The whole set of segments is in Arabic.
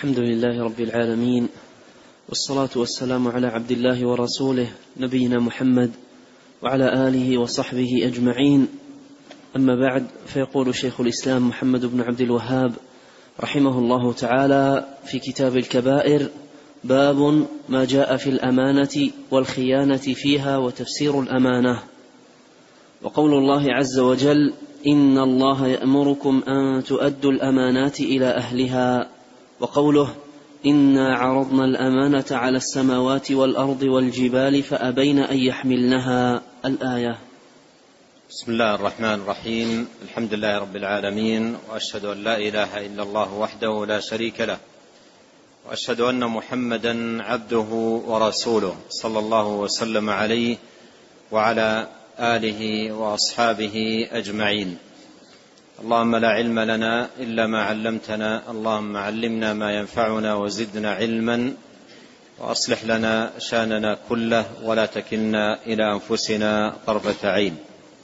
الحمد لله رب العالمين، والصلاة والسلام على عبد الله ورسوله نبينا محمد وعلى آله وصحبه أجمعين. أما بعد، فيقول شيخ الإسلام محمد بن عبد الوهاب رحمه الله تعالى في كتاب الكبائر: باب ما جاء في الأمانة والخيانة فيها وتفسير الأمانة. وقول الله عز وجل: إن الله يأمركم أن تؤدوا الأمانات إلى أهلها. وقوله: إنا عرضنا الأمانة على السماوات والأرض والجبال فأبين أن يحملنها. الآية. بسم الله الرحمن الرحيم. الحمد لله رب العالمين، وأشهد أن لا إله إلا الله وحده لا شريك له، وأشهد أن محمدا عبده ورسوله، صلى الله وسلم عليه وعلى آله وأصحابه أجمعين. اللهم لا علم لنا إلا ما علمتنا، اللهم علمنا ما ينفعنا وزدنا علما، وأصلح لنا شأننا كله ولا تكلنا إلى أنفسنا طرفة عين.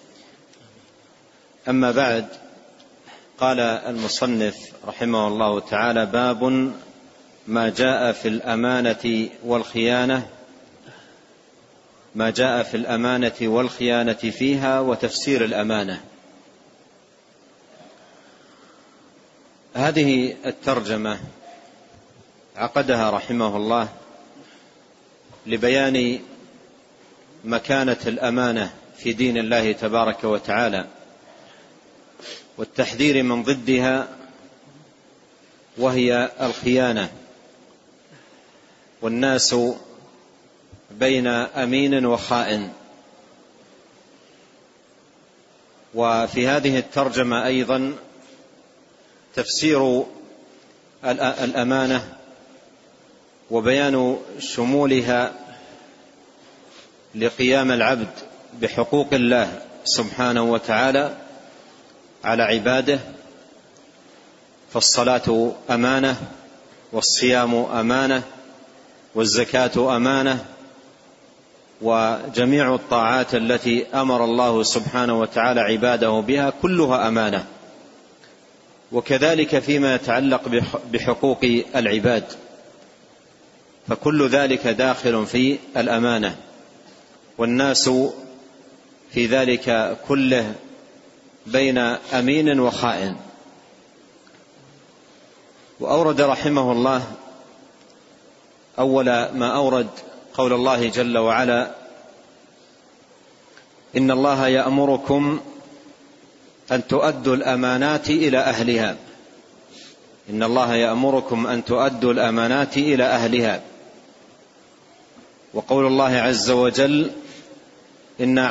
أما بعد، قال المصنف رحمه الله تعالى: باب ما جاء في الأمانة والخيانة، ما جاء في الأمانة والخيانة فيها وتفسير الأمانة. هذه الترجمة عقدها رحمه الله لبيان مكانة الأمانة في دين الله تبارك وتعالى، والتحذير من ضدها وهي الخيانة. والناس بين أمين وخائن. وفي هذه الترجمة أيضا تفسير الأمانة وبيان شمولها لقيام العبد بحقوق الله سبحانه وتعالى على عباده. فالصلاة أمانة، والصيام أمانة، والزكاة أمانة، وجميع الطاعات التي أمر الله سبحانه وتعالى عباده بها كلها أمانة. وكذلك فيما يتعلق بحقوق العباد، فكل ذلك داخل في الأمانة، والناس في ذلك كله بين أمين وخائن. وأورد رحمه الله أول ما أورد قول الله جل وعلا: إن الله يأمركم أن تؤدوا الأمانات إلى أهلها. إن الله يأمركم أن تؤدوا الأمانات إلى أهلها. وقول الله عز وجل: إنا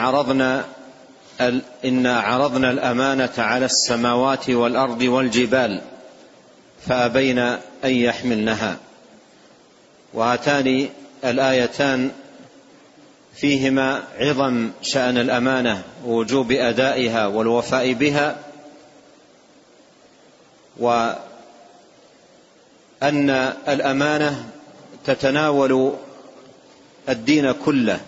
عرضنا الأمانة على السماوات والأرض والجبال فأبين أن يحملنها. وهاتان الآيتان فيهما عظم شأن الأمانة ووجوب أدائها والوفاء بها، وأن الأمانة تتناول الدين كله،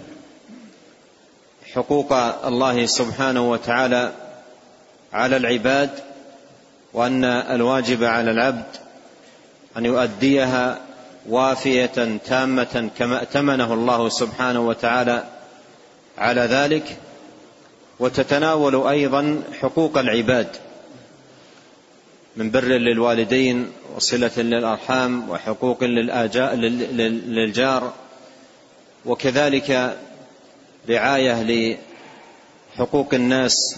حقوق الله سبحانه وتعالى على العباد، وأن الواجب على العبد أن يؤديها وافية تامة كما ائتمنه الله سبحانه وتعالى على ذلك. وتتناول أيضا حقوق العباد من بر للوالدين، وصلة للأرحام، وحقوق للجار، وكذلك رعاية لحقوق الناس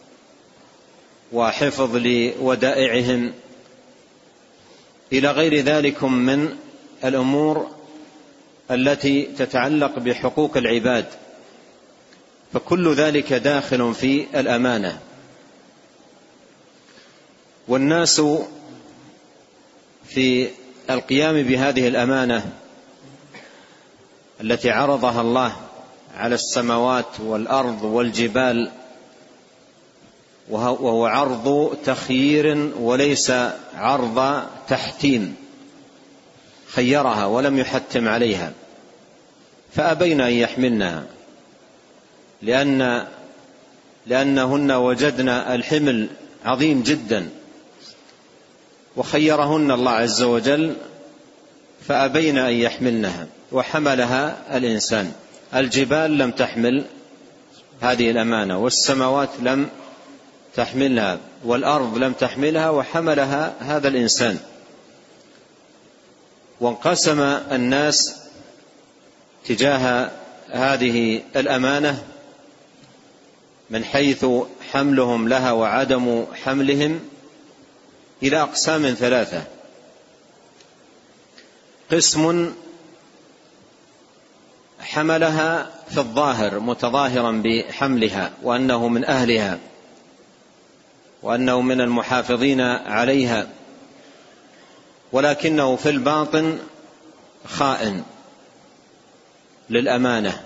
وحفظ لودائعهم، إلى غير ذلك من الأمور التي تتعلق بحقوق العباد. فكل ذلك داخل في الأمانة. والناس في القيام بهذه الأمانة التي عرضها الله على السماوات والأرض والجبال، وهو عرض تخيير وليس عرض تحتيم، خيرها ولم يحتم عليها، فأبين أن يحملنها لأنهن وجدنا الحمل عظيم جدا، وخيرهن الله عز وجل فأبين أن يحملنها وحملها الإنسان. الجبال لم تحمل هذه الأمانة، والسماوات لم تحملها، والأرض لم تحملها، وحملها هذا الإنسان. وانقسم الناس تجاه هذه الأمانة من حيث حملهم لها وعدم حملهم إلى أقسام ثلاثة. قسم حملها في الظاهر متظاهرا بحملها وأنه من أهلها وأنه من المحافظين عليها، ولكنه في الباطن خائن للأمانة،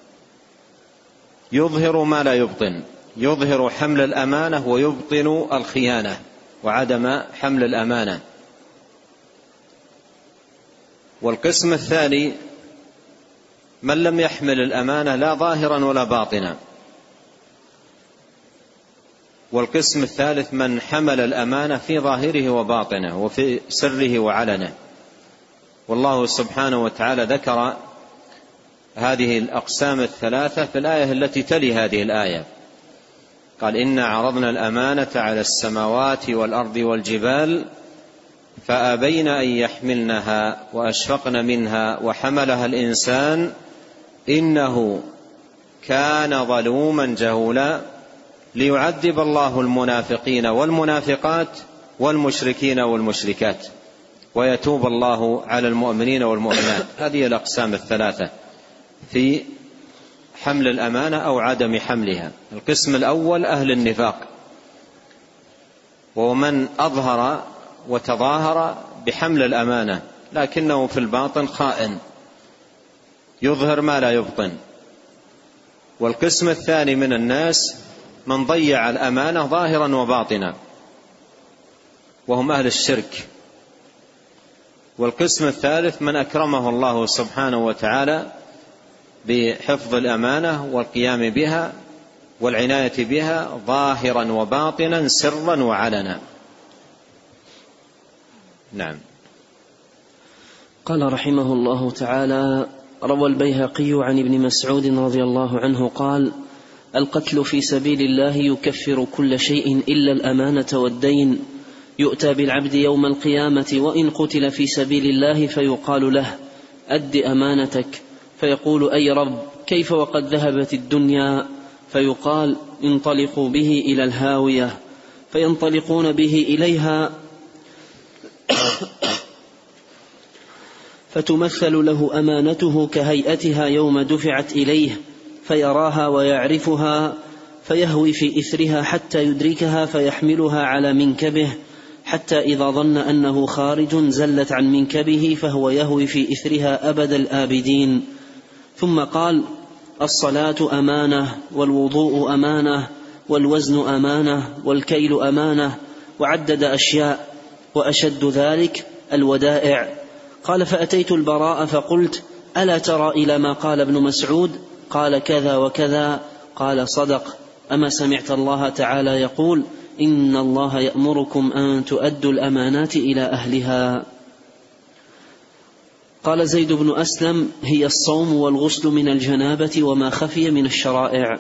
يظهر ما لا يبطن، يظهر حمل الأمانة ويبطن الخيانة وعدم حمل الأمانة. والقسم الثاني من لم يحمل الأمانة لا ظاهرا ولا باطنا. والقسم الثالث من حمل الأمانة في ظاهره وباطنه وفي سره وعلنه. والله سبحانه وتعالى ذكر هذه الأقسام الثلاثة في الآية التي تلي هذه الآية، قال: إنا عرضنا الأمانة على السماوات والأرض والجبال فأبين أن يحملنها وأشفقن منها وحملها الإنسان إنه كان ظلوما جهولا ليعذب الله المنافقين والمنافقات والمشركين والمشركات ويتوب الله على المؤمنين والمؤمنات. هذه الأقسام الثلاثة في حمل الأمانة أو عدم حملها. القسم الأول أهل النفاق، ومن أظهر وتظاهر بحمل الأمانة لكنه في الباطن خائن يظهر ما لا يبطن. والقسم الثاني من الناس من ضيع الأمانة ظاهرا وباطنا وهم أهل الشرك. والقسم الثالث من أكرمه الله سبحانه وتعالى بحفظ الأمانة والقيام بها والعناية بها ظاهرا وباطنا سرا وعلنا. نعم. قال رحمه الله تعالى: روى البيهقي عن ابن مسعود رضي الله عنه قال: القتل في سبيل الله يكفر كل شيء إلا الأمانة والدين. يؤتى بالعبد يوم القيامة وإن قتل في سبيل الله فيقال له: أد أمانتك، فيقول: أي رب، كيف وقد ذهبت الدنيا؟ فيقال: انطلقوا به إلى الهاوية. فينطلقون به إليها فتمثل له أمانته كهيئتها يوم دفعت إليه، فيراها ويعرفها، فيهوي في إثرها حتى يدركها فيحملها على منكبه، حتى إذا ظن أنه خارج زلت عن منكبه فهو يهوي في إثرها أبد الآبدين. ثم قال: الصلاة أمانة، والوضوء أمانة، والوزن أمانة، والكيل أمانة، وعدد أشياء، وأشد ذلك الودائع. قال: فأتيت البراء فقلت: ألا ترى إلى ما قال ابن مسعود؟ قال: كذا وكذا. قال: صدق. أما سمعت الله تعالى يقول: إن الله يأمركم أن تؤدوا الأمانات إلى أهلها. قال زيد بن أسلم: هي الصوم والغسل من الجنابة وما خفي من الشرائع.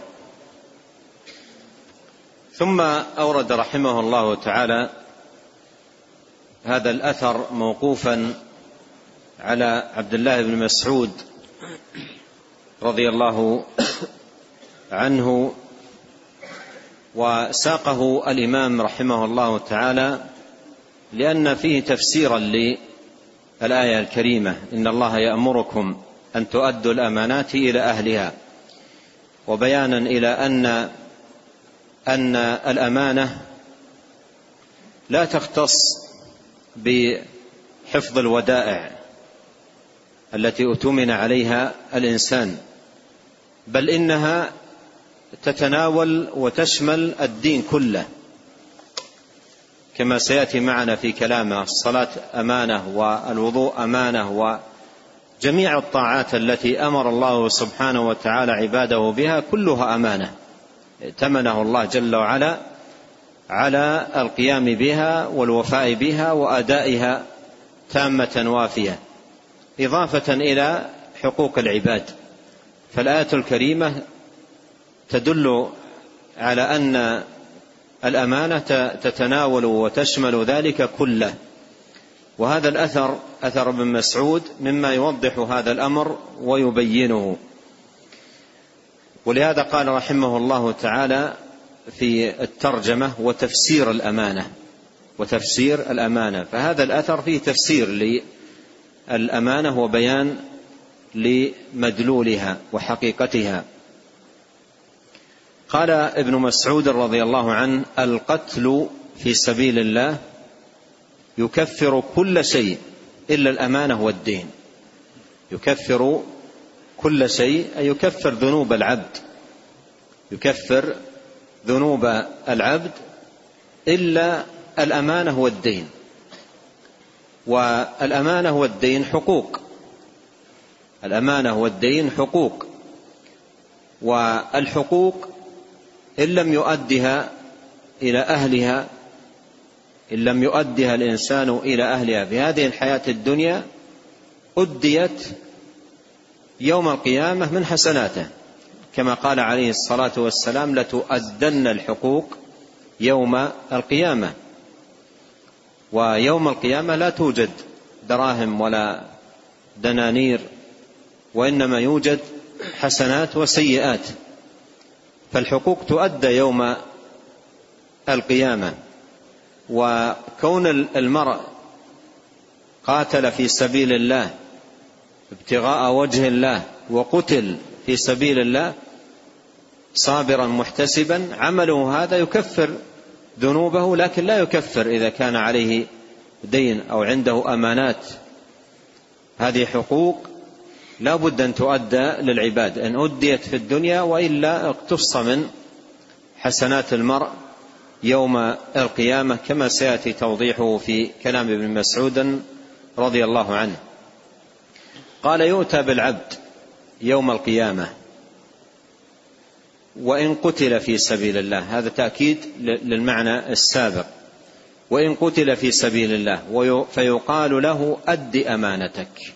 ثم أورد رحمه الله تعالى هذا الأثر موقوفا على عبد الله بن مسعود رضي الله عنه، وساقه الإمام رحمه الله تعالى لأن فيه تفسيرا للآية الكريمة: إن الله يأمركم أن تؤدوا الأمانات إلى أهلها، وبيانا إلى أن الأمانة لا تختص بحفظ الودائع التي أؤتمن عليها الإنسان، بل إنها تتناول وتشمل الدين كله، كما سيأتي معنا في كلامه: الصلاة أمانة، والوضوء أمانة، وجميع الطاعات التي أمر الله سبحانه وتعالى عباده بها كلها أمانة ائتمنه الله جل وعلا على القيام بها والوفاء بها وأدائها تامة وافية. إضافة إلى حقوق العباد. فالآية الكريمة تدل على أن الأمانة تتناول وتشمل ذلك كله. وهذا الأثر أثر ابن مسعود مما يوضح هذا الأمر ويبينه. ولهذا قال رحمه الله تعالى في الترجمة وتفسير الأمانة. فهذا الأثر فيه تفسير للأمانة وبيان لمدلولها وحقيقتها. قال ابن مسعود رضي الله عنه: القتل في سبيل الله يكفر كل شيء إلا الأمانة والدين. يكفر كل شيء أي يكفر ذنوب العبد، يكفر ذنوب العبد إلا الأمانة والدين. والأمانة والدين حقوق، الأمانة والدين حقوق، والحقوق إن لم يؤدها إلى أهلها، إن لم يؤدها الإنسان إلى أهلها في هذه الحياة الدنيا أديت يوم القيامة من حسناته، كما قال عليه الصلاة والسلام: لتؤدن الحقوق يوم القيامة. ويوم القيامة لا توجد دراهم ولا دنانير، وإنما يوجد حسنات وسيئات. فالحقوق تؤدى يوم القيامة. وكون المرء قاتل في سبيل الله ابتغاء وجه الله وقتل في سبيل الله صابرا محتسبا، عمله هذا يكفر ذنوبه، لكن لا يكفر إذا كان عليه دين أو عنده أمانات. هذه حقوق لا بد أن تؤدى للعباد، أن أديت في الدنيا، وإلا اقتص من حسنات المرء يوم القيامة، كما سيأتي توضيحه في كلام ابن مسعود رضي الله عنه. قال: يؤتى بالعبد يوم القيامة وإن قتل في سبيل الله. هذا تأكيد للمعنى السابق: وإن قتل في سبيل الله، فيقال له: أد أمانتك.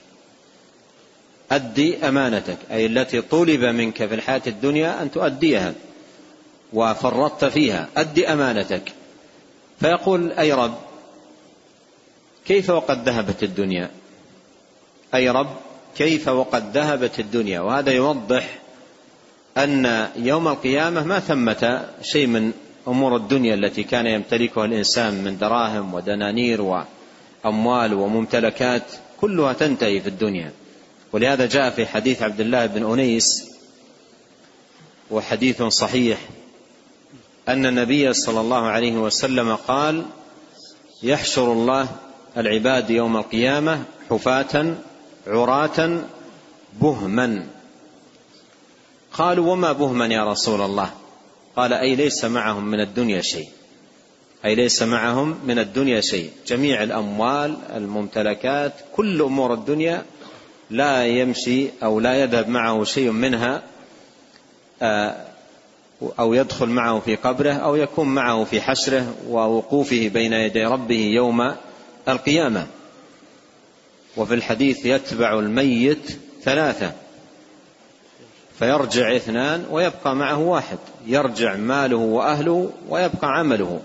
أدي أمانتك، أي التي طلب منك في الحياة الدنيا أن تؤديها وفرطت فيها، أدي أمانتك. فيقول: أي رب، كيف وقد ذهبت الدنيا؟ أي رب، كيف وقد ذهبت الدنيا؟ وهذا يوضح أن يوم القيامة ما ثمة شيء من أمور الدنيا التي كان يمتلكها الإنسان من دراهم ودنانير وأموال وممتلكات، كلها تنتهي في الدنيا. ولهذا جاء في حديث عبد الله بن أنيس، وحديث صحيح، أن النبي صلى الله عليه وسلم قال: يحشر الله العباد يوم القيامة حفاة عراة بهما. قالوا: وما بهما يا رسول الله؟ قال: أي ليس معهم من الدنيا شيء، أي ليس معهم من الدنيا شيء. جميع الأموال، الممتلكات، كل أمور الدنيا لا يمشي أو لا يذهب معه شيء منها، أو يدخل معه في قبره، أو يكون معه في حشره ووقوفه بين يدي ربه يوم القيامة. وفي الحديث: يتبع الميت ثلاثة، فيرجع اثنان ويبقى معه واحد، يرجع ماله وأهله ويبقى عمله.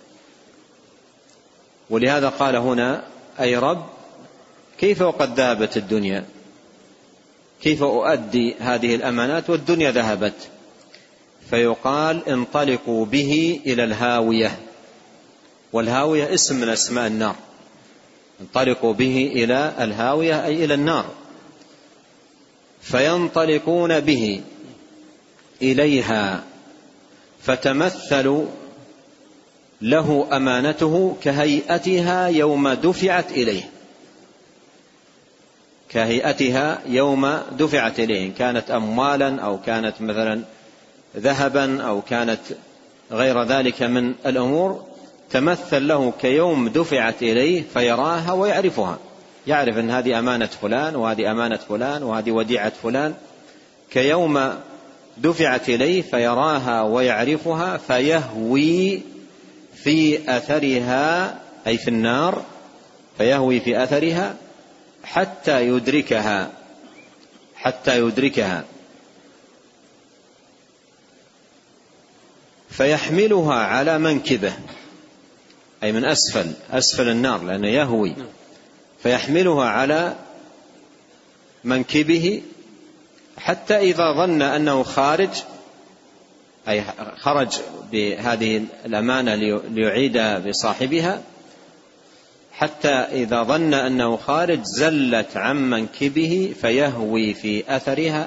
ولهذا قال هنا: أي رب، كيف وقد ذهبت الدنيا؟ كيف أؤدي هذه الأمانات والدنيا ذهبت؟ فيقال: انطلقوا به إلى الهاوية. والهاوية اسم من أسماء النار. انطلقوا به إلى الهاوية أي إلى النار. فينطلقون به إليها، فتمثل له أمانته كهيئتها يوم دفعت إليه، كهيئتها يوم دفعت إليه، إن كانت أموالا أو كانت مثلا ذهبا أو كانت غير ذلك من الأمور، تمثل له كيوم دفعت إليه فيراها ويعرفها، يعرف أن هذه أمانة فلان وهذه أمانة فلان وهذه وديعة فلان. كيوم دفعت إليه فيراها ويعرفها، فيهوي في أثرها أي في النار، فيهوي في أثرها حتى يدركها فيحملها على منكبه، أي من أسفل النار لأنه يهوي، فيحملها على منكبه حتى إذا ظن أنه خارج، أي خرج بهذه الأمانة ليعيدها بصاحبها، حتى إذا ظن أنه خارج زلت عن منكبه فيهوي في أثرها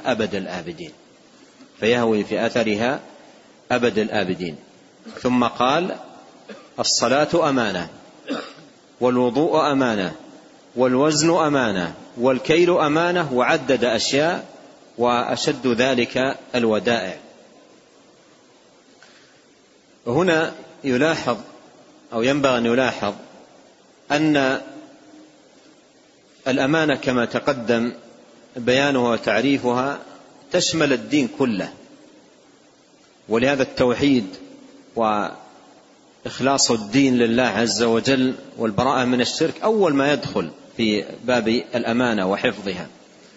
أبد الآبدين. ثم قال: الصلاة أمانة، والوضوء أمانة، والوزن أمانة، والكيل أمانة، وعدد أشياء، وأشد ذلك الودائع. هنا يلاحظ أو ينبغي أن يلاحظ أن الأمانة كما تقدم بيانها وتعريفها تشمل الدين كله، ولهذا التوحيد وإخلاص الدين لله عز وجل والبراءة من الشرك أول ما يدخل في باب الأمانة وحفظها.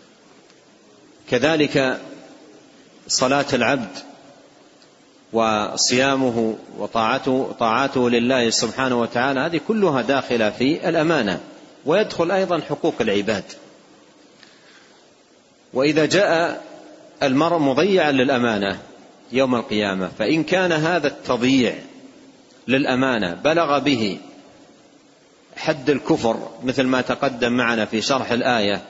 كذلك صلاة العبد وصيامه وطاعته لله سبحانه وتعالى، هذه كلها داخلة في الأمانة، ويدخل أيضا حقوق العباد. وإذا جاء المرء مضيعا للأمانة يوم القيامة، فإن كان هذا التضييع للأمانة بلغ به حد الكفر مثل ما تقدم معنا في شرح الآية،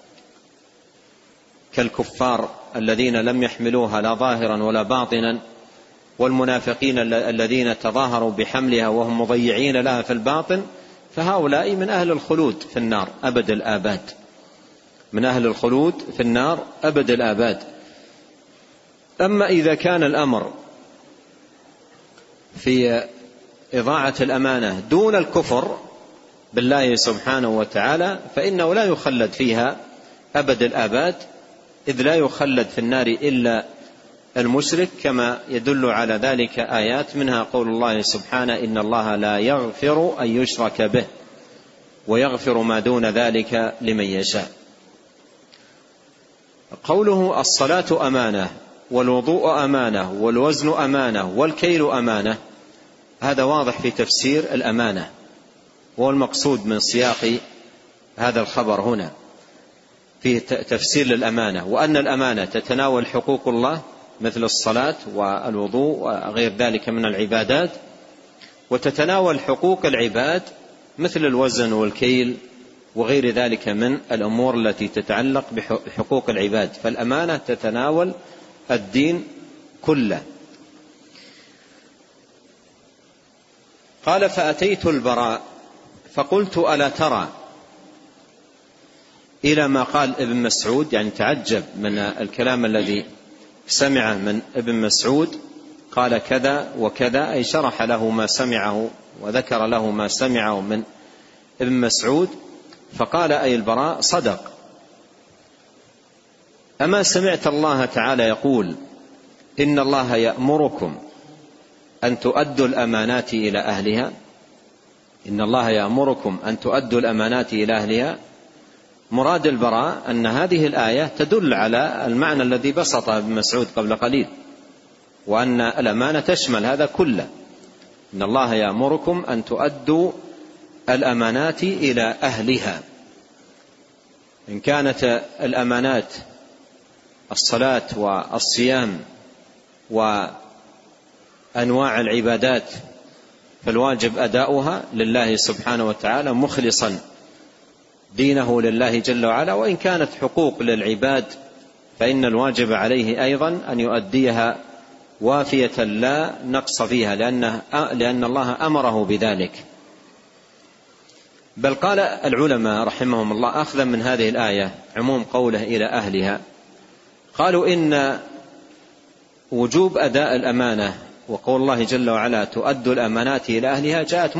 كالكفار الذين لم يحملوها لا ظاهرا ولا باطنا، والمنافقين الذين تظاهروا بحملها وهم مضيعين لها في الباطن، فهؤلاء من أهل الخلود في النار أبد الآباد، من أهل الخلود في النار أبد الآباد. أما إذا كان الأمر في إضاعة الأمانة دون الكفر بالله سبحانه وتعالى، فإنه لا يخلد فيها أبد الآباد، إذ لا يخلد في النار إلا المشرك، كما يدل على ذلك آيات منها قول الله سبحانه: إن الله لا يغفر أن يشرك به ويغفر ما دون ذلك لمن يشاء. قوله الصلاة أمانة، والوضوء أمانة، والوزن أمانة، والكيل أمانة، هذا واضح في تفسير الأمانة، وهو المقصود من سياق هذا الخبر هنا في تفسير للأمانة، وأن الأمانة تتناول حقوق الله مثل الصلاة والوضوء وغير ذلك من العبادات، وتتناول حقوق العباد مثل الوزن والكيل وغير ذلك من الأمور التي تتعلق بحقوق العباد. فالأمانة تتناول الدين كله. قال: فأتيت البراء فقلت: ألا ترى إلى ما قال ابن مسعود، يعني تعجب من الكلام الذي سمعه من ابن مسعود، قال كذا وكذا، أي شرح له ما سمعه وذكر له ما سمعه من ابن مسعود. فقال أي البراء: صدق. أما سمعت الله تعالى يقول: إن الله يأمركم أن تؤدوا الأمانات إلى أهلها؟ إن الله يأمركم أن تؤدوا الأمانات إلى أهلها. مراد البراء أن هذه الآية تدل على المعنى الذي بسطه ابن مسعود قبل قليل، وأن الأمانة تشمل هذا كله. إن الله يأمركم أن تؤدوا الأمانات إلى أهلها، إن كانت الأمانات الصلاة والصيام وأنواع العبادات فالواجب أداؤها لله سبحانه وتعالى مخلصا دينه لله جل وعلا، وإن كانت حقوق للعباد فإن الواجب عليه أيضا أن يؤديها وافية لا نقص فيها، لأن الله أمره بذلك. بل قال العلماء رحمهم الله أخذا من هذه الآية عموم قوله إلى أهلها، قالوا إن وجوب أداء الأمانة وقول الله جل وعلا تؤدوا الأمانات إلى أهلها جاءت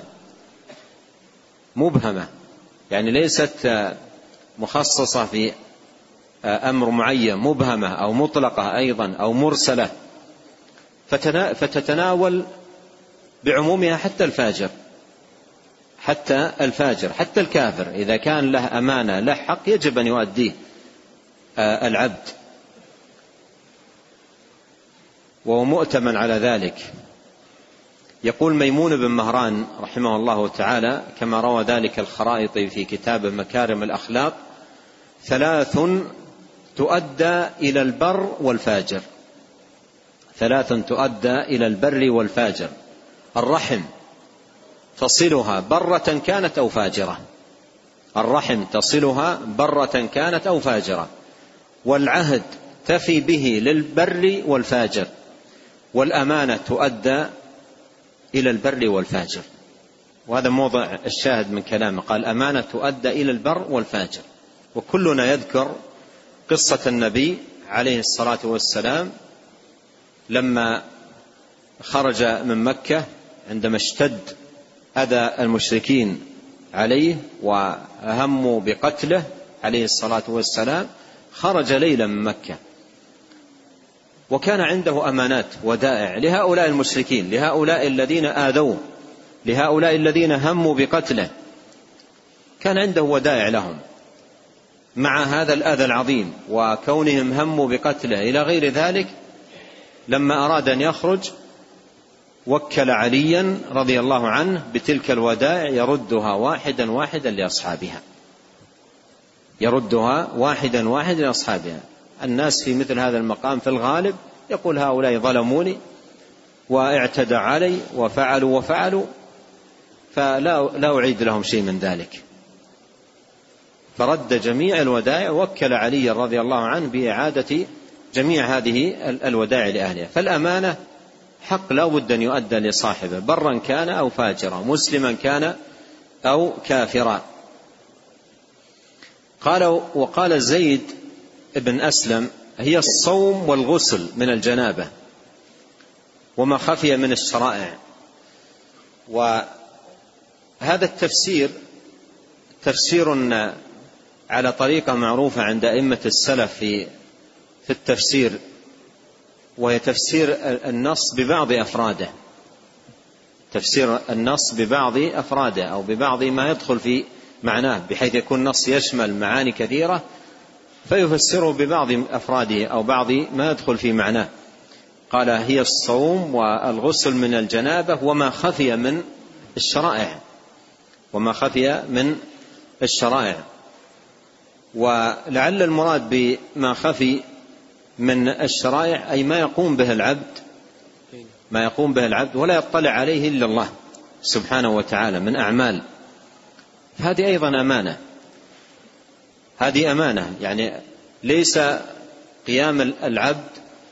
مبهمة، يعني ليست مخصصة في أمر معين، مبهمة أو مطلقة أيضا أو مرسلة، فتتناول بعمومها حتى الفاجر، حتى الكافر إذا كان له أمانة له حق يجب أن يؤديه العبد، وهو مؤتمن على ذلك. يقول ميمون بن مهران رحمه الله تعالى كما روى ذلك الخرائطي في كتاب مكارم الأخلاق: 3 تؤدى إلى البر والفاجر، 3 تؤدى إلى البر والفاجر: الرحم تصلها برة كانت أو فاجرة، الرحم تصلها برة كانت أو فاجرة، والعهد تفي به للبر والفاجر، والأمانة تؤدى إلى البر والفاجر. وهذا موضع الشاهد من كلامه، قال أمانة تؤدى إلى البر والفاجر. وكلنا يذكر قصة النبي عليه الصلاة والسلام لما خرج من مكة عندما اشتد أذى المشركين عليه وهموا بقتله عليه الصلاة والسلام، خرج ليلا من مكة وكان عنده أمانات ودائع لهؤلاء المشركين، لهؤلاء الذين آذوه، لهؤلاء الذين هموا بقتله، كان عنده ودائع لهم مع هذا الأذى العظيم وكونهم هموا بقتله إلى غير ذلك. لما أراد أن يخرج وكل عليا رضي الله عنه بتلك الودائع يردها واحدا واحدا لأصحابها، يردها واحدا واحدا لأصحابها. الناس في مثل هذا المقام في الغالب يقول هؤلاء ظلموني واعتدى علي وفعلوا فلا أعيد لهم شيء من ذلك، فرد جميع الودائع، وكل علي رضي الله عنه بإعادة جميع هذه الودائع لأهلها. فالأمانة حق لا بد أن يؤدى لصاحبه برا كان أو فاجرا، مسلما كان أو كافرا. وقال زيد بن أسلم: هي الصوم والغسل من الجنابة وما خفي من الشرائع. وهذا التفسير تفسير على طريقة معروفة عند أئمة السلف في التفسير، وهي تفسير النص ببعض أفراده، تفسير النص ببعض أفراده أو ببعض ما يدخل في معناه، بحيث يكون النص يشمل معاني كثيرة فيفسره ببعض أفراده أو بعض ما يدخل في معناه. قال: هي الصوم والغسل من الجنابة وما خفي من الشرائع، وما خفي من الشرائع. ولعل المراد بما خفي من الشرائع أي ما يقوم به العبد، ما يقوم به العبد ولا يطلع عليه إلا الله سبحانه وتعالى من أعمال، فهذه أيضا أمانة، هذه أمانة. يعني ليس قيام العبد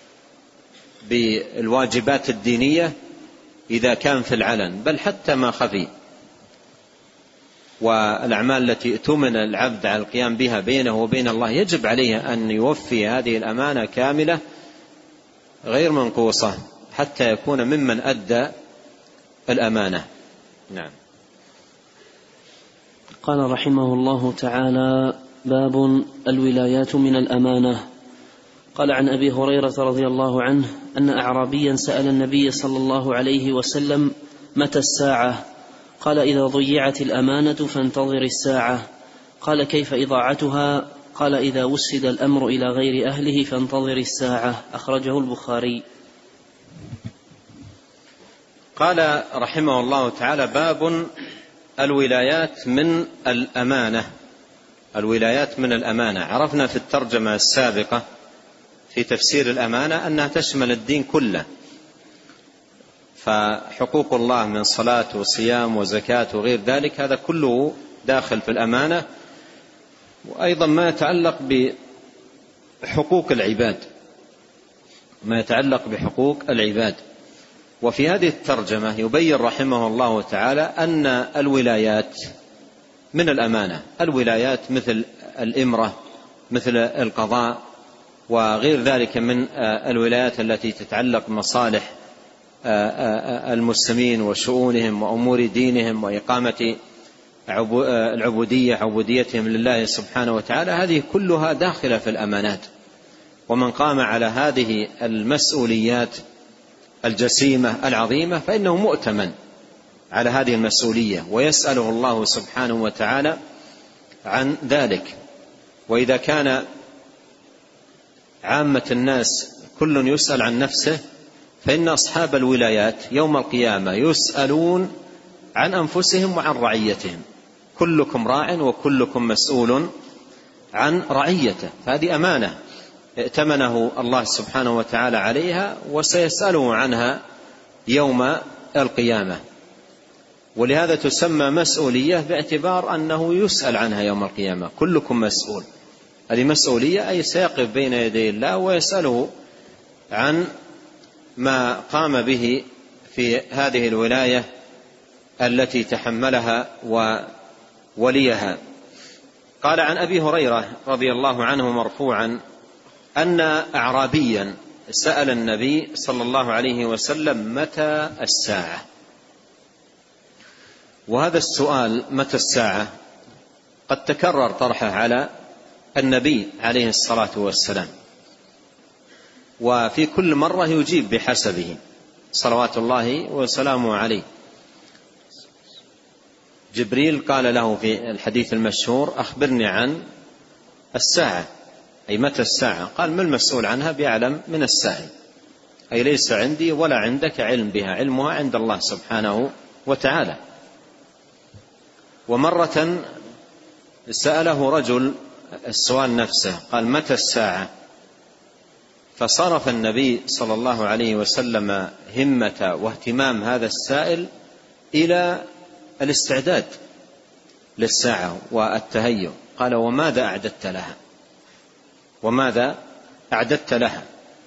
بالواجبات الدينية إذا كان في العلن، بل حتى ما خفي، والأعمال التي اؤتمن العبد على القيام بها بينه وبين الله يجب عليه أن يوفي هذه الأمانة كاملة غير منقوصة حتى يكون ممن أدى الأمانة. نعم. قال رحمه الله تعالى: باب الولايات من الأمانة. قال: عن أبي هريرة رضي الله عنه أن أعرابيا سأل النبي صلى الله عليه وسلم: متى الساعة؟ قال: إذا ضيعت الأمانة فانتظر الساعة. قال: كيف إضاعتها؟ قال: إذا وسد الأمر إلى غير أهله فانتظر الساعة. أخرجه البخاري. قال رحمه الله تعالى: باب الولايات من الأمانة. الولايات من الأمانة. عرفنا في الترجمة السابقة في تفسير الأمانة أنها تشمل الدين كله، فحقوق الله من صلاة وصيام وزكاة وغير ذلك هذا كله داخل في الأمانة، وأيضا ما يتعلق بحقوق العباد، ما يتعلق بحقوق العباد. وفي هذه الترجمة يبين رحمه الله تعالى أن الولايات من الأمانة. الولايات مثل الإمرة، مثل القضاء وغير ذلك من الولايات التي تتعلق بمصالح المسلمين وشؤونهم وأمور دينهم وإقامة عبوديتهم لله سبحانه وتعالى، هذه كلها داخلة في الأمانات. ومن قام على هذه المسؤوليات الجسيمة العظيمة فإنه مؤتمن على هذه المسؤولية، ويسأله الله سبحانه وتعالى عن ذلك. وإذا كان عامة الناس كل يسأل عن نفسه، فإن أصحاب الولايات يوم القيامة يسألون عن أنفسهم وعن رعيتهم. كلكم راع وكلكم مسؤول عن رعيته، فهذه أمانة ائتمنه الله سبحانه وتعالى عليها، وسيسأله عنها يوم القيامة. ولهذا تسمى مسؤولية باعتبار أنه يسأل عنها يوم القيامة. كلكم مسؤول، هذه مسؤولية، أي سيقف بين يدي الله ويسأله عن ما قام به في هذه الولاية التي تحملها ووليها. قال عن أبي هريرة رضي الله عنه مرفوعا أن أعرابيا سأل النبي صلى الله عليه وسلم متى الساعة. وهذا السؤال متى الساعة قد تكرر طرحه على النبي عليه الصلاة والسلام، وفي كل مرة يجيب بحسبه صلوات الله وسلامه عليه. جبريل قال له في الحديث المشهور أخبرني عن الساعة، أي متى الساعة؟ قال ما المسؤول عنها بأعلم من السائل، أي ليس عندي ولا عندك علم بها، علمها عند الله سبحانه وتعالى. ومرة سأله رجل السؤال نفسه، قال متى الساعة؟ فصرف النبي صلى الله عليه وسلم همة واهتمام هذا السائل إلى الاستعداد للساعة والتهيؤ. قال وماذا أعددت لها؟ وماذا أعددت لها؟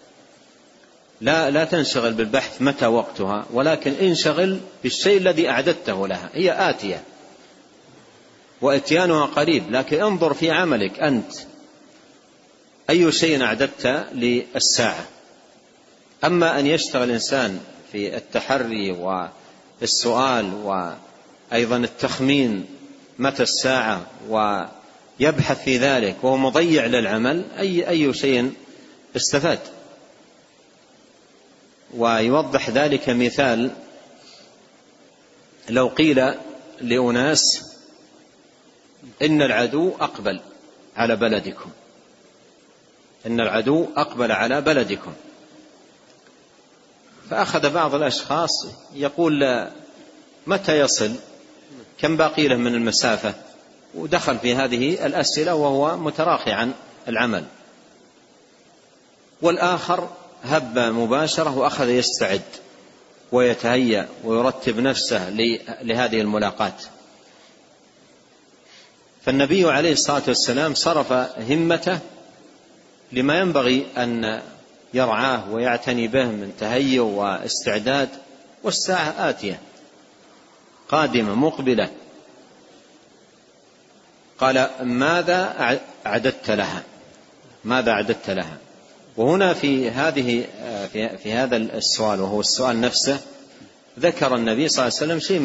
لا تنشغل بالبحث متى وقتها، ولكن انشغل بالشيء الذي أعددته لها. هي آتية وإتيانها قريب، لكن انظر في عملك أنت أي شيء أعددت للساعة. أما أن يشتغل الإنسان في التحري والسؤال وأيضا التخمين متى الساعة ويبحث في ذلك وهو مضيع للعمل، أي شيء استفاد. ويوضح ذلك مثال، لو قيل لأناس إن العدو أقبل على بلدكم، إن العدو أقبل على بلدكم، فأخذ بعض الأشخاص يقول متى يصل، كم باقي له من المسافة، ودخل في هذه الأسئلة وهو متراخي عن العمل. والآخر هب مباشرة وأخذ يستعد ويتهيأ ويرتب نفسه لهذه الملاقات. فالنبي عليه الصلاة والسلام صرف همته لما ينبغي أن يرعاه ويعتني به من تهيؤ واستعداد، والساعة آتية قادمة مقبلة. قال ماذا أعددت لها؟ ماذا أعددت لها؟ وهنا في هذا السؤال، وهو السؤال نفسه، ذكر النبي صلى الله عليه وسلم شيء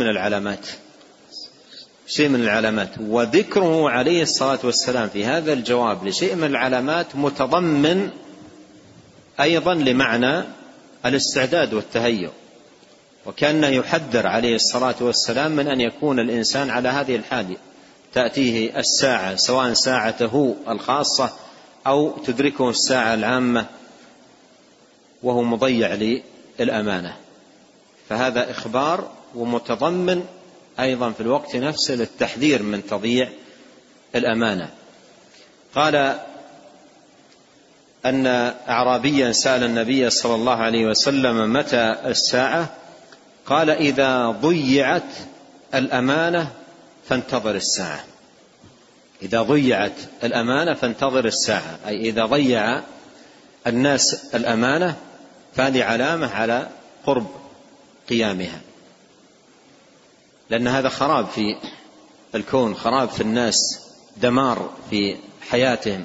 من العلامات، وذكره عليه الصلاة والسلام في هذا الجواب لشيء من العلامات متضمن أيضا لمعنى الاستعداد والتهيؤ. وكأنه يحذر عليه الصلاة والسلام من أن يكون الإنسان على هذه الحال، تأتيه الساعة سواء ساعته الخاصة أو تدركه الساعة العامة وهو مضيع للأمانة. فهذا إخبار ومتضمن أيضا في الوقت نفسه للتحذير من تضييع الأمانة. قال أن أعرابيا سأل النبي صلى الله عليه وسلم متى الساعة؟ قال إذا ضيعت الأمانة فانتظر الساعة. إذا ضيعت الأمانة فانتظر الساعة، أي إذا ضيع الناس الأمانة فهذه علامة على قرب قيامها، لأن هذا خراب في الكون، خراب في الناس، دمار في حياتهم،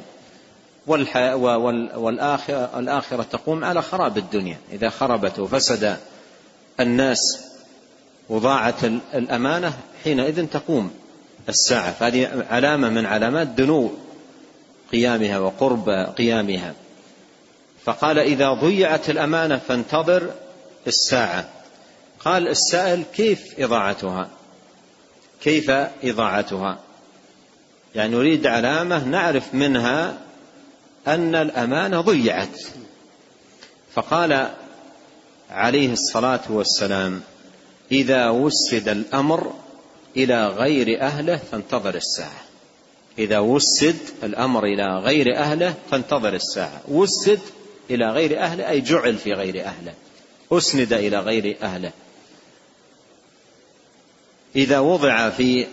والآخرة تقوم على خراب الدنيا. إذا خربت وفسد الناس وضاعت الأمانة حينئذ تقوم الساعة. فهذه علامة من علامات دنو قيامها وقرب قيامها. فقال إذا ضيعت الأمانة فانتظر الساعة. قال السائل: كيف إضاعتها؟ يعني نريد علامة نعرف منها أن الأمانة ضيعت. فقال عليه الصلاة والسلام: إذا وسد الأمر إلى غير أهله فانتظر الساعة. إذا وسد الأمر إلى غير أهله فانتظر الساعة. وسد إلى غير أهله أي جعل في غير أهله، أسند إلى غير أهله. إذا وضع في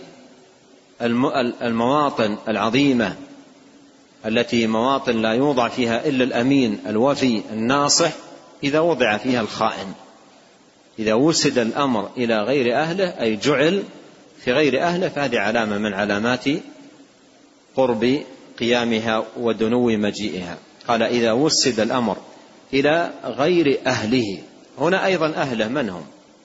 المواطن العظيمة التي مواطن لا يوضع فيها إلا الأمين الوفي الناصح، إذا وضع فيها الخائن. إذا وسد الأمر إلى غير أهله أي جعل في غير أهله، فهذه علامة من علامات قرب قيامها ودنو مجيئها. قال: إذا وسد الأمر إلى غير أهله. هنا أيضا أهله من هم؟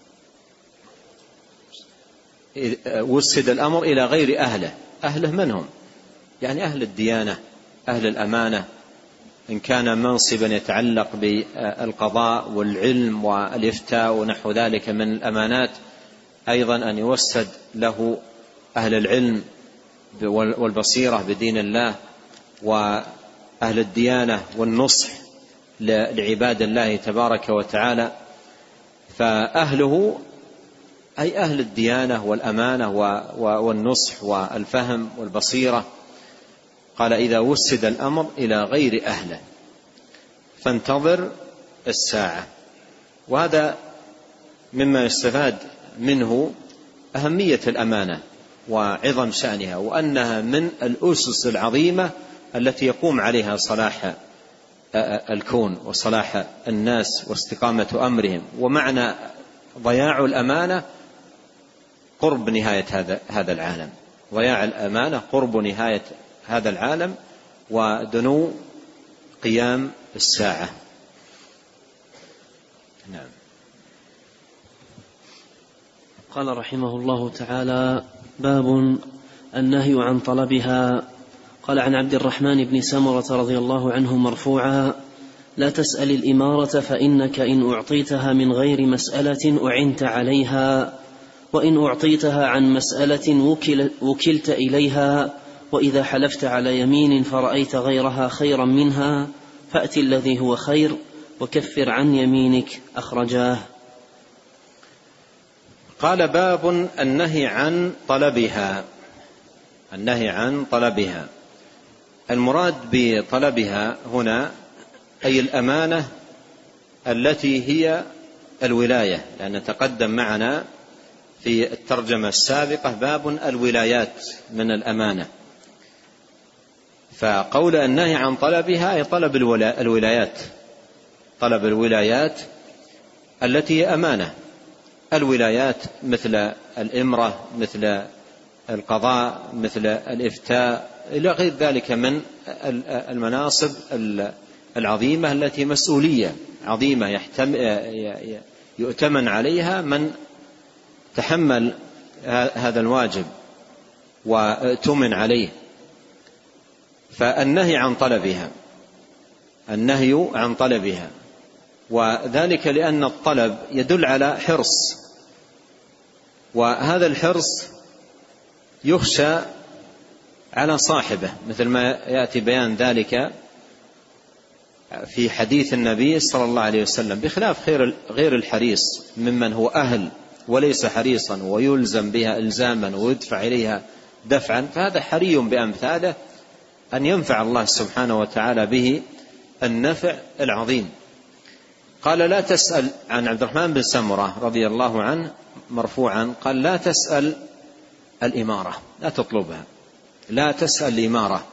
وسد الأمر إلى غير أهله. أهله من هم؟ يعني أهل الديانة، أهل الأمانة، إن كان منصبا يتعلق بالقضاء والعلم والإفتاء ونحو ذلك من الأمانات، أيضا أن يوسد له أهل العلم والبصيرة بدين الله وأهل الديانة والنصح لعباد الله تبارك وتعالى. فأهله أي أهل الديانة والأمانة والنصح والفهم والبصيرة. قال: إذا وسد الأمر إلى غير أهله فانتظر الساعة. وهذا مما يستفاد منه أهمية الأمانة وعظم شأنها، وأنها من الأسس العظيمة التي يقوم عليها صلاح الكون وصلاح الناس واستقامة أمرهم. ومعنى ضياع الأمانة قرب نهاية هذا العالم. ضياع الأمانة قرب نهاية هذا العالم ودنو قيام الساعة. نعم. قال رحمه الله تعالى: باب النهي عن طلبها. قال: عن عبد الرحمن بن سمرة رضي الله عنه مرفوعا: لا تسأل الإمارة فإنك إن أعطيتها من غير مسألة أعنت عليها، وإن أعطيتها عن مسألة وكلت إليها، وإذا حلفت على يمين فرأيت غيرها خيرا منها فأت الذي هو خير وكفر عن يمينك. أخرجاه. قال: باب النهي عن طلبها. النهي عن طلبها، المراد بطلبها هنا أي الأمانة التي هي الولاية، لأن تقدم معنا في الترجمة السابقة باب الولايات من الأمانة. فقول النهي عن طلبها أي طلب الولايات، طلب الولايات التي هي أمانة. الولايات مثل الإمرة، مثل القضاء، مثل الإفتاء، إلى غير ذلك من المناصب العظيمة التي مسؤولية عظيمة يؤتمن عليها من تحمل هذا الواجب وتؤمن عليه. فالنهي عن طلبها، النهي عن طلبها، وذلك لأن الطلب يدل على حرص، وهذا الحرص يخشى على صاحبه، مثل ما يأتي بيان ذلك في حديث النبي صلى الله عليه وسلم، بخلاف غير الحريص ممن هو أهل وليس حريصا ويلزم بها إلزاما ويدفع إليها دفعا، فهذا حري بأمثاله أن ينفع الله سبحانه وتعالى به النفع العظيم. قال: لا تسأل، عن عبد الرحمن بن سمرة رضي الله عنه مرفوعا قال: لا تسأل الإمارة، لا تطلبها، لا تسأل الإمارة،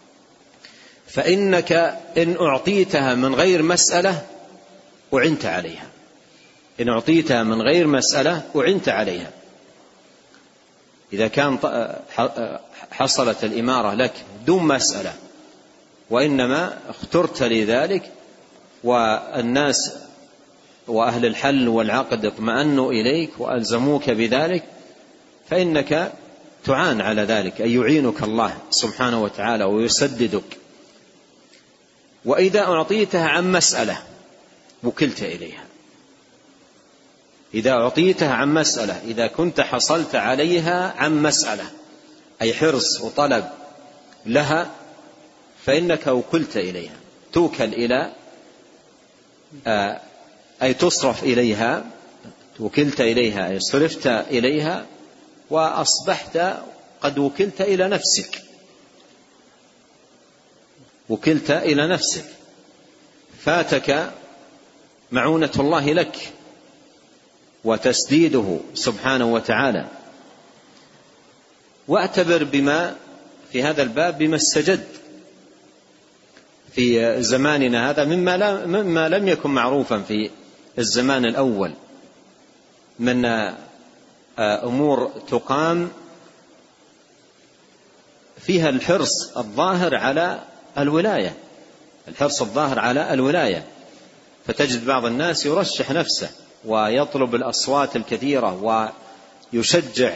فإنك إن أعطيتها من غير مسألة أعنت عليها. إن أعطيتها من غير مسألة أعنت عليها. إذا كان حصلت الإمارة لك دون مسألة وإنما اخترت لذلك والناس وأهل الحل والعقد اطمأنوا إليك وألزموك بذلك، فإنك تعان على ذلك، أي يعينك الله سبحانه وتعالى ويسددك. وإذا أعطيتها عن مسألة وكلت إليها، إذا أعطيتها عن مسألة، إذا كنت حصلت عليها عن مسألة أي حرص وطلب لها، فإنك وكلت إليها، توكل إلى أي تصرف إليها، وكلت إليها أي صرفت إليها، وأصبحت قد وكلت إلى نفسك، وكلت إلى نفسك، فاتك معونة الله لك وتسديده سبحانه وتعالى. واعتبر بما في هذا الباب بما استجد في زماننا هذا مما لم يكن معروفا في الزمان الأول من أمور تقام فيها الحرص الظاهر على الولاية، الحرص الظاهر على الولاية. فتجد بعض الناس يرشح نفسه ويطلب الأصوات الكثيرة ويشجع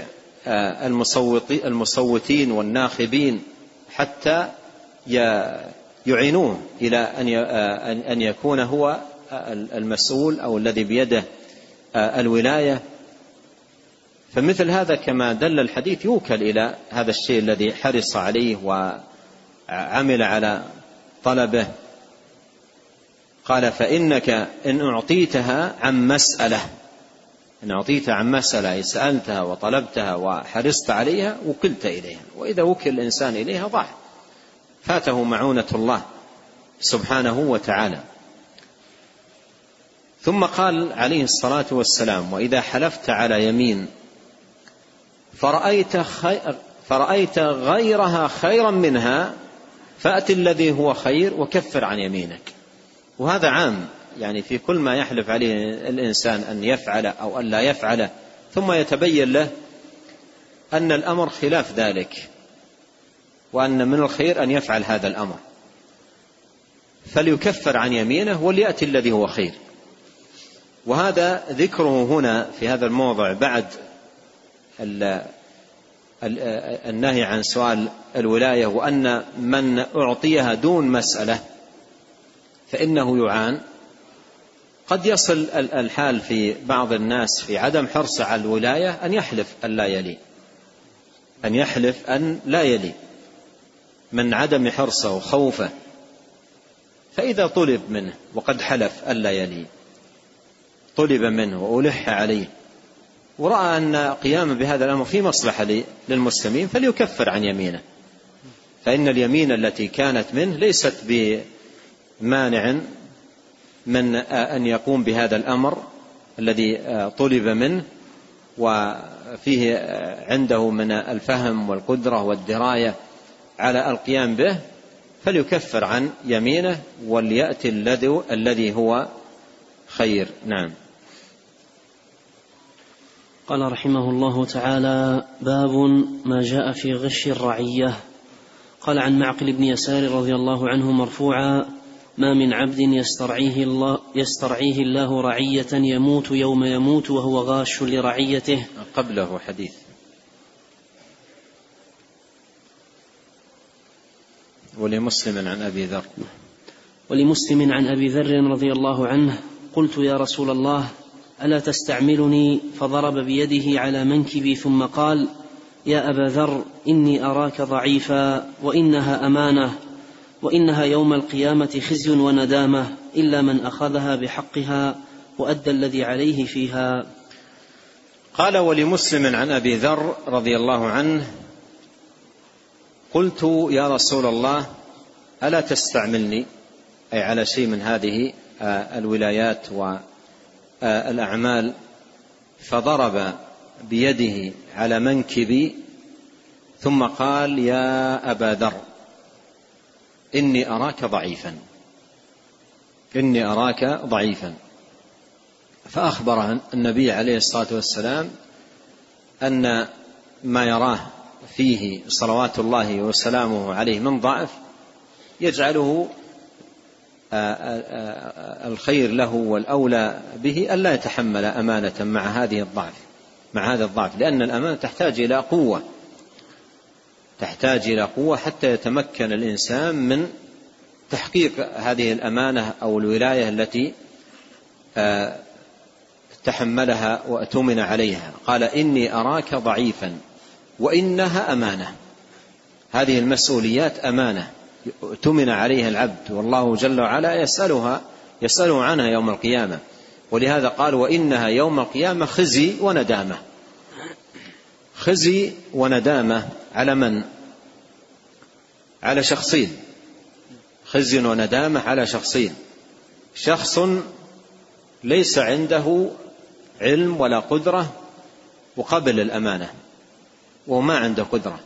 المصوتين والناخبين حتى يعينوه إلى أن يكون هو المسؤول أو الذي بيده الولاية. فمثل هذا كما دل الحديث يوكل إلى هذا الشيء الذي حرص عليه وعمل على طلبه. قال فإنك إن أعطيتها عن مسألة، إن أعطيتها عن مسألة أي سألتها وطلبتها وحرصت عليها وكلت إليها، وإذا وكل الإنسان إليها ضاع، فاته معونة الله سبحانه وتعالى. ثم قال عليه الصلاة والسلام وإذا حلفت على يمين فرأيت غيرها خيرا منها فأت الذي هو خير وكفر عن يمينك. وهذا عام، يعني في كل ما يحلف عليه الإنسان أن يفعل أو أن لا يفعل ثم يتبين له أن الأمر خلاف ذلك وأن من الخير أن يفعل هذا الأمر، فليكفر عن يمينه وليأتي الذي هو خير. وهذا ذكره هنا في هذا الموضع بعد النهي عن سؤال الولاية، وأن من أعطيها دون مسألة فإنه يعان. قد يصل الحال في بعض الناس في عدم حرصه على الولاية أن يحلف أن لا يلي، أن يحلف أن لا يلي من عدم حرصه وخوفه، فإذا طلب منه وقد حلف أن لا يلي، طلب منه وألح عليه ورأى أن قيام بهذا الأمر في مصلحة للمسلمين فليكفر عن يمينه، فإن اليمين التي كانت منه ليست بمانع من أن يقوم بهذا الأمر الذي طلب منه وفيه عنده من الفهم والقدرة والدراية على القيام به، فليكفر عن يمينه وليأتي الذي هو خير. نعم. قال رحمه الله تعالى: باب ما جاء في غش الرعية. قال عن معقل بن يسار رضي الله عنه مرفوعا: ما من عبد يسترعيه الله رعية يموت يوم يموت وهو غاش لرعيته. قبله حديث ولمسلم عن أبي ذر رضي الله عنه: قلت يا رسول الله ألا تستعملني؟ فضرب بيده على منكبي ثم قال: يا أبا ذر إني أراك ضعيفا وإنها أمانة، وإنها يوم القيامة خزي وندامة إلا من أخذها بحقها وأدى الذي عليه فيها. قال ولمسلم عن أبي ذر رضي الله عنه: قلت يا رسول الله ألا تستعملني، أي على شيء من هذه الولايات والأعمال، فضرب بيده على منكبي ثم قال: يا أبا ذر إني أراك ضعيفا. فأخبر النبي عليه الصلاة والسلام أن ما يراه فيه صلوات الله وسلامه عليه من ضعف يجعله الخير له والأولى به ألا يتحمل أمانة مع هذا الضعف، لأن الأمانة تحتاج إلى قوة حتى يتمكن الإنسان من تحقيق هذه الأمانة أو الولاية التي تحملها وأتمن عليها. قال إني أراك ضعيفا وإنها أمانة. هذه المسؤوليات أمانة أتمن عليها العبد، والله جل وعلا يسأله عنها يوم القيامة. ولهذا قال وإنها يوم القيامة خزي وندامة. خزي وندامة على من؟ على شخصين. خزي وندامة على شخصين. شخص ليس عنده علم ولا قدرة وقبل الأمانة، وما عنده قدرة،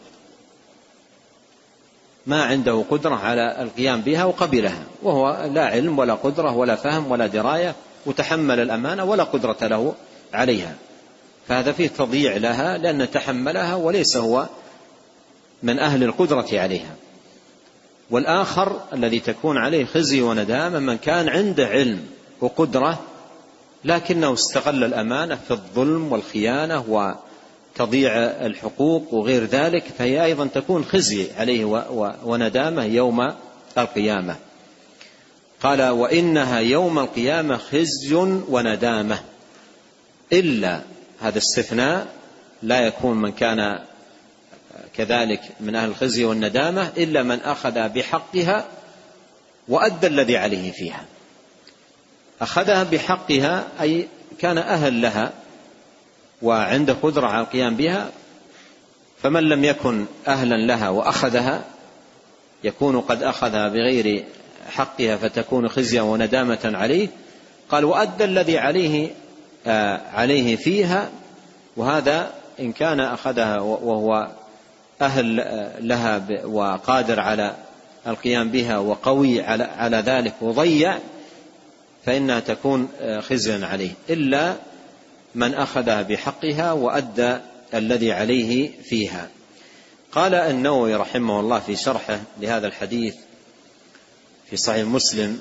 ما عنده قدرة على القيام بها وقبلها، وهو لا علم ولا قدرة ولا فهم ولا دراية، وتحمل الأمانة ولا قدرة له عليها، فهذا فيه تضييع لها لأن تحملها وليس هو من أهل القدرة عليها. والآخر الذي تكون عليه خزي وندامة من كان عنده علم وقدرة لكنه استغل الأمانة في الظلم والخيانة وتضييع الحقوق وغير ذلك، فهي أيضا تكون خزي عليه وندامة يوم القيامة. قال وإنها يوم القيامة خزي وندامة، إلا هذا استثناء لا يكون من كان كذلك من أهل الخزي والندامة إلا من أخذ بحقها وأدى الذي عليه فيها. أخذها بحقها أي كان أهل لها وعنده قدرة على القيام بها، فمن لم يكن أهلا لها وأخذها يكون قد أخذها بغير حقها فتكون خزيا وندامة عليه. قال وأدى الذي عليه فيها، وهذا إن كان أخذها وهو أهل لها وقادر على القيام بها وقوي على ذلك وضيع فإنها تكون خزيا عليه، إلا من أخذها بحقها وأدى الذي عليه فيها. قال النووي رحمه الله في شرحه لهذا الحديث في صحيح مسلم،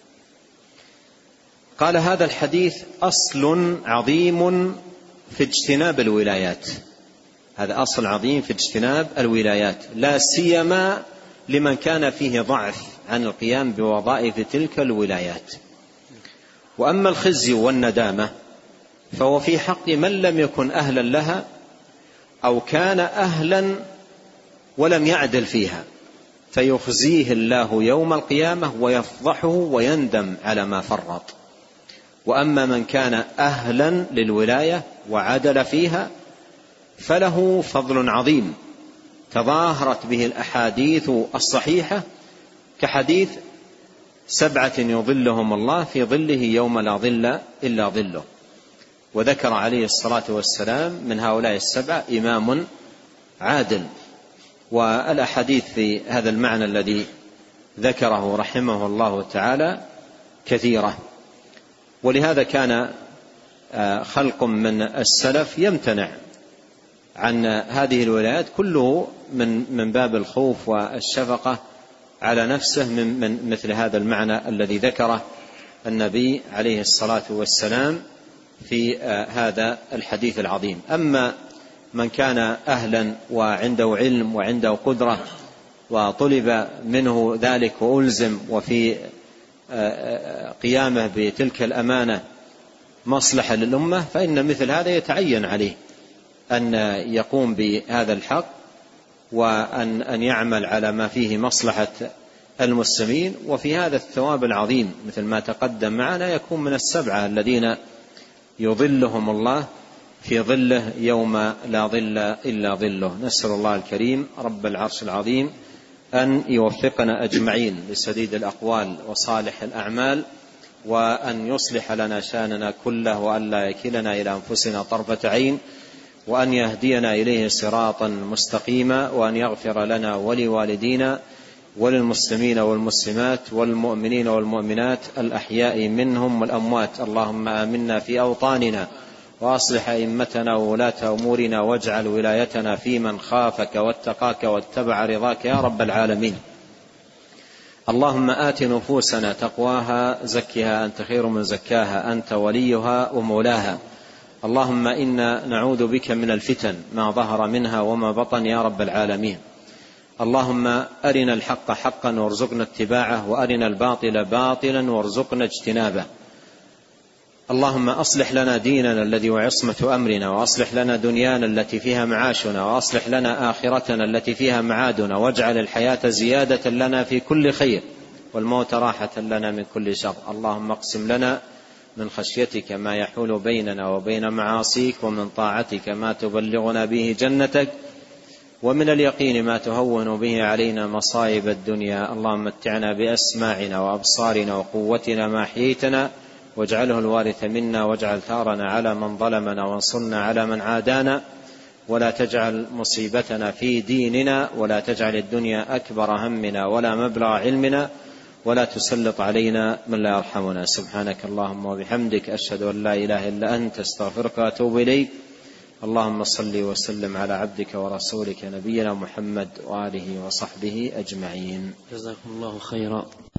قال هذا الحديث أصل عظيم في اجتناب الولايات. هذا أصل عظيم في اجتناب الولايات، لا سيما لمن كان فيه ضعف عن القيام بوظائف تلك الولايات. وأما الخزي والندامة فهو في حق من لم يكن أهلا لها أو كان أهلا ولم يعدل فيها، فيخزيه الله يوم القيامة ويفضحه ويندم على ما فرط. وأما من كان أهلا للولاية وعدل فيها فله فضل عظيم تظاهرت به الأحاديث الصحيحة، كحديث 7 يظلهم الله في ظله يوم لا ظل إلا ظله. وذكر عليه الصلاة والسلام من هؤلاء 7 إمام عادل. والأحاديث في هذا المعنى الذي ذكره رحمه الله تعالى كثيرة. ولهذا كان خلق من السلف يمتنع عن هذه الولايات كله من باب الخوف والشفقة على نفسه من مثل هذا المعنى الذي ذكره النبي عليه الصلاة والسلام في هذا الحديث العظيم. أما من كان أهلا وعنده علم وعنده قدرة وطلب منه ذلك وألزم وفي قيامه بتلك الأمانة مصلحة للأمة، فإن مثل هذا يتعين عليه أن يقوم بهذا الحق وأن يعمل على ما فيه مصلحة المسلمين. وفي هذا الثواب العظيم مثل ما تقدم معنا يكون من 7 الذين يظلهم الله في ظله يوم لا ظل إلا ظله. نسأل الله الكريم رب العرش العظيم أن يوفقنا أجمعين لسديد الأقوال وصالح الأعمال، وأن يصلح لنا شأننا كله، وأن لا يكلنا إلى أنفسنا طرفة عين، وأن يهدينا إليه صراطا مستقيما، وأن يغفر لنا ولوالدينا وللمسلمين والمسلمات والمؤمنين والمؤمنات الأحياء منهم والأموات. اللهم آمنا في أوطاننا وأصلح أئمتنا وولاة أمورنا، واجعل ولايتنا في من خافك واتقاك واتبع رضاك يا رب العالمين. اللهم آت نفوسنا تقواها زكها أنت خير من زكاها أنت وليها ومولاها. اللهم إنا نعوذ بك من الفتن ما ظهر منها وما بطن يا رب العالمين. اللهم أرنا الحق حقا وارزقنا اتباعه، وأرنا الباطل باطلا وارزقنا اجتنابه. اللهم أصلح لنا ديننا الذي هو عصمة أمرنا، وأصلح لنا دنيانا التي فيها معاشنا، وأصلح لنا آخرتنا التي فيها معادنا، واجعل الحياة زيادة لنا في كل خير والموت راحة لنا من كل شر. اللهم اقسم لنا من خشيتك ما يحول بيننا وبين معاصيك، ومن طاعتك ما تبلغنا به جنتك، ومن اليقين ما تهون به علينا مصائب الدنيا. اللهم متعنا بأسماعنا وأبصارنا وقوتنا ما أحييتنا، واجعله الوارث منا، واجعل ثارنا على من ظلمنا، وانصرنا على من عادانا، ولا تجعل مصيبتنا في ديننا، ولا تجعل الدنيا أكبر همنا ولا مبلغ علمنا، ولا تسلط علينا من لا يرحمنا. سبحانك اللهم وبحمدك، أشهد أن لا إله إلا أنت، استغفرك وأتوب إليك. اللهم صل وسلم على عبدك ورسولك نبينا محمد وآله وصحبه أجمعين. جزاكم الله خيرا.